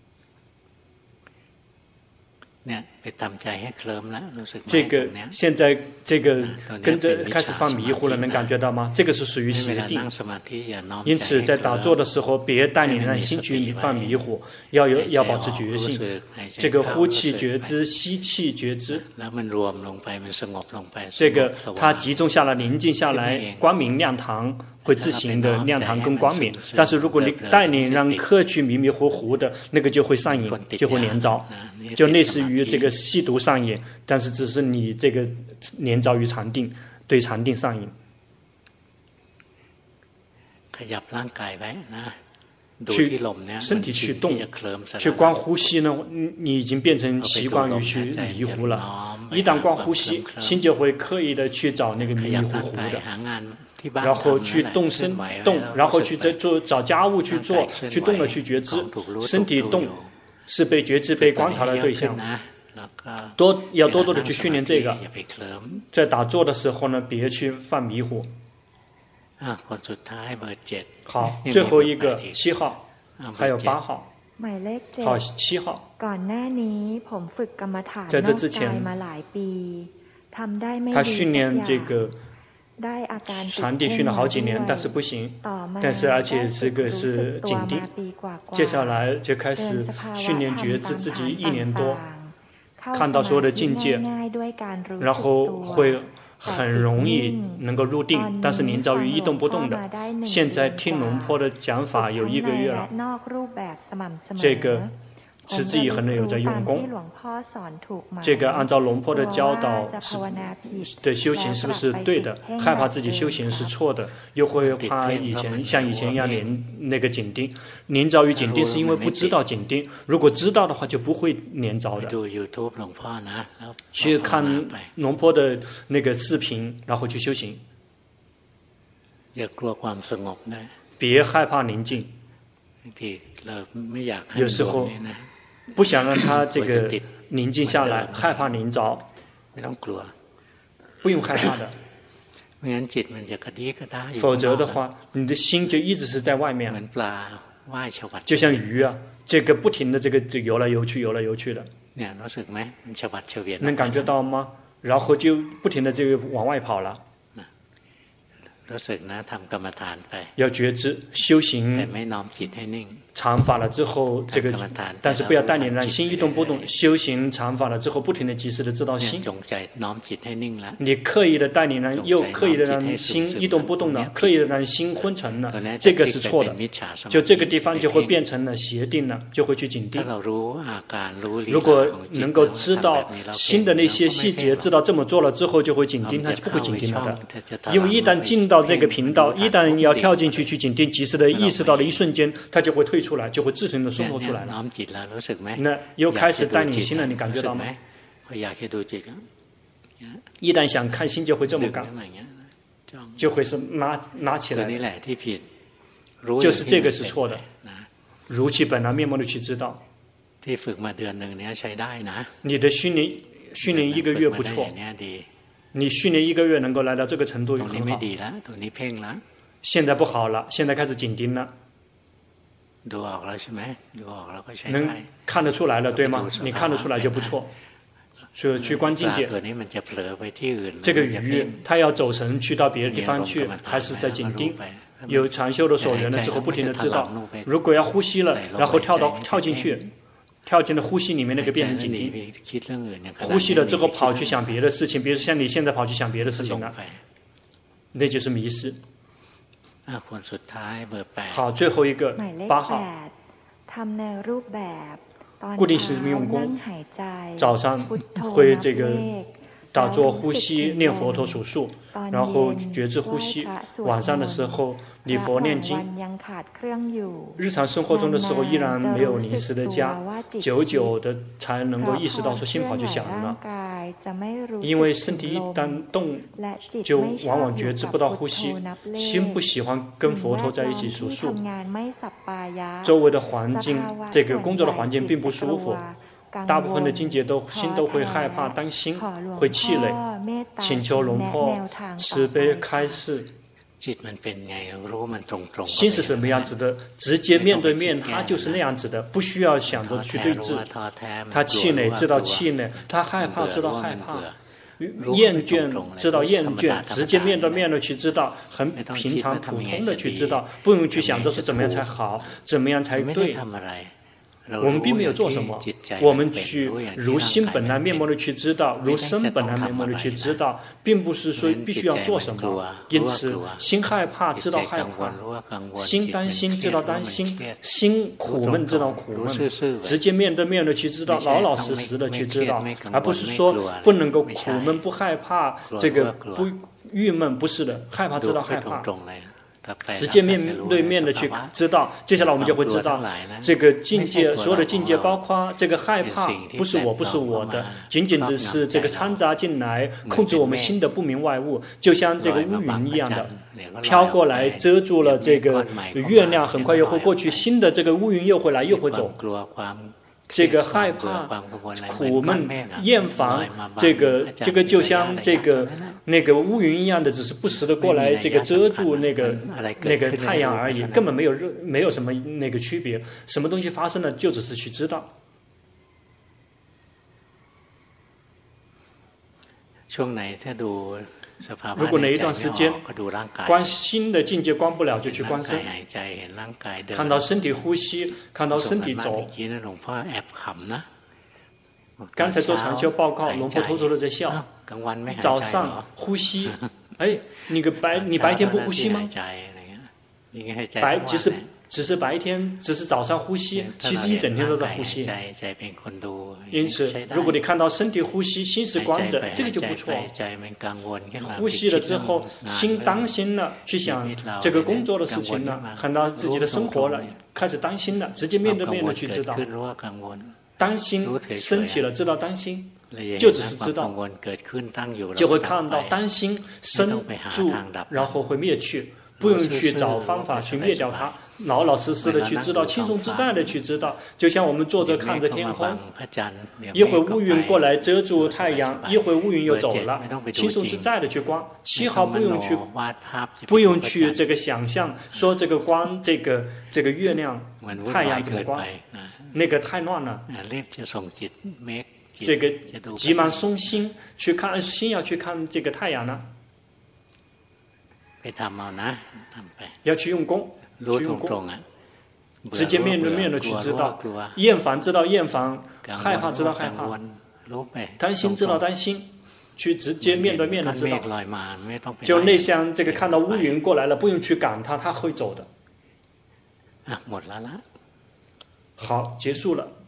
A: 这个现在这个跟着开始放迷糊了，能感觉到吗？这个是属于邪定。因此在打坐的时候，别带领让心去放迷糊，要有要保持觉性。这个呼气觉知，吸气觉知。这个它集中下来，宁静下来，光明亮堂。会自行的亮堂跟光明，但是如果你带领让客去迷迷糊糊的，那个就会上瘾，就会连着，就类似于这个吸毒上瘾，但是只是你这个连着于禅定，对禅定上瘾。去身体去动，去观呼吸呢，你已经变成习惯于去迷糊了。一旦观呼吸，心就会刻意的去找那个迷迷糊糊的。然后去动身动，然后去在做找家务去做，去动了去觉知，身体动是被觉知、被观察的对象。多要多多的去训练这个，在打坐的时候呢，别去犯迷糊。好，最后一个七号，还有八号。好，七号。在这之前，他训练这个。禅定训了好几年，但是不行，但是而且这个是紧盯。接下来就开始训练觉知自己一年多，看到所有的境界，然后会很容易能够入定，但是临着于一动不动的。现在听龙坡的讲法有一个月了，这个持之以恒的有在用功，这个按照龙坡的教导是的修行是不是对的？害怕自己修行是错的，又会怕以前像以前一样连那个紧盯，连着于紧盯是因为不知道紧盯，如果知道的话就不会连着的。去看龙坡的那个视频，然后去修行，别害怕宁静。有时候不想让他这个宁静下来，害怕临着，不用害怕的，否则的话，你的心就一直是在外面， 就像鱼啊，这个不停的这个游来游去，游来游去的，能感觉到吗？然后就不停的这个往外跑了。要觉知修行禅法了之后，这个但是不要带领让心一动不动。修行禅法了之后，不停的及时的知道心。你刻意的带领让，又刻意的让心一动不动了，刻意的让心昏沉了，这个是错的。就这个地方就会变成了邪定了，就会去紧定。如果能够知道心的那些细节，知道这么做了之后就会紧定，它就不会紧定了的。因为一旦进到这个频道，一旦要跳进去去紧定，及时的意识到的一瞬间，它就会退出来，就会自行的松脱出来了。那又开始带领心了，你感觉到吗？一旦想看心，就会这么干，就会是拿拿起来的，就是这个是错的。如其本来面目的去知道。你的训练训练一个月不错。你训练一个月能够来到这个程度很好。现在不好了，现在开始紧盯了。能看得出来了，对吗？你看得出来就不错。所以去观境界，这个鱼它要走神去到别的地方去，还是在紧盯。有禅修的所缘了之后，不停的知道。如果要呼吸了，然后跳到跳进去。跳进了呼吸里面那个变成紧盯，呼吸了之后跑去想别的事情，比如像你现在跑去想别的事情了，那就是迷失。好，最后一个八号，固定时用功，早上会这个打坐呼吸念佛陀数数，然后觉知呼吸。晚上的时候礼佛念经。日常生活中的时候依然没有临时的家，久久的才能够意识到说心跑去想了。因为身体一旦动，就往往觉知不到呼吸。心不喜欢跟佛陀在一起数数，周围的环境，这个工作的环境并不舒服。大部分的境界都心都会害怕、担心、会气馁，请求龙婆慈悲开示。心是什么样子的？直接面对面，它就是那样子的，不需要想着去对峙。他气馁，知道气馁；他害怕，知道害怕；厌倦，知道厌倦。直接面对面的去知道，很平常、普通的去知道，不用去想着是怎么样才好，怎么样才对。我们并没有做什么，我们去如心本来面目的去知道，如身本来面目的去知道，并不是说必须要做什么。因此，心害怕知道害怕，心担心知道担心，心苦闷知道苦闷，直接面对面的去知道，老老实实的去知道，而不是说不能够苦闷不害怕，这个不郁闷，不是的，害怕知道害怕。直接面对面的去知道，接下来我们就会知道这个境界，所有的境界包括这个害怕不是我不是我的，仅仅只是这个掺杂进来控制我们心的不明外物，就像这个乌云一样的飘过来遮住了这个月亮，很快又会过去，新的这个乌云又会来又会走。这个害怕、苦闷、厌烦，这个这个就像这个那个乌云一样的，只是不时的过来，这个遮住那个那个太阳而已，根本没有没有什么那个区别。什么东西发生了，就只是去知道。如果哪一段时间观心的境界观不了，就去观身，看到身体呼吸，看到身体走。刚才做禅修报告，龙婆偷偷的在笑。早上呼吸，哎，你个白，你白天不呼吸吗？白只是只是白天，只是早上呼吸，其实一整天都在呼吸。因此，如果你看到身体呼吸，心是观着，这个就不错。呼吸了之后，心担心了，去想这个工作的事情了，看到自己的生活了，开始担心了，直接面对面的去知道。担心升起了，知道担心，就只是知道，就会看到担心生住，然后会灭去。不用去找方法去灭掉它， 老老实实的去知道，轻松自在的去知道，就像我们坐着看着天空，一会乌云过来遮住太阳，一会乌云又走了，轻松自在的去观。七号不用去，不用去这个想象，说这个光，这个这个月亮、太阳怎么光，那个太乱了。这个急忙松心去看，心要去看这个太阳呢，要去用功。去用功，直接面对面的去知道，厌烦知道厌烦，害怕知道害怕，担心知道担心，去直接面对面的知道。就内向这个看到乌云过来了，不用去赶它，它会走的。好，结束了。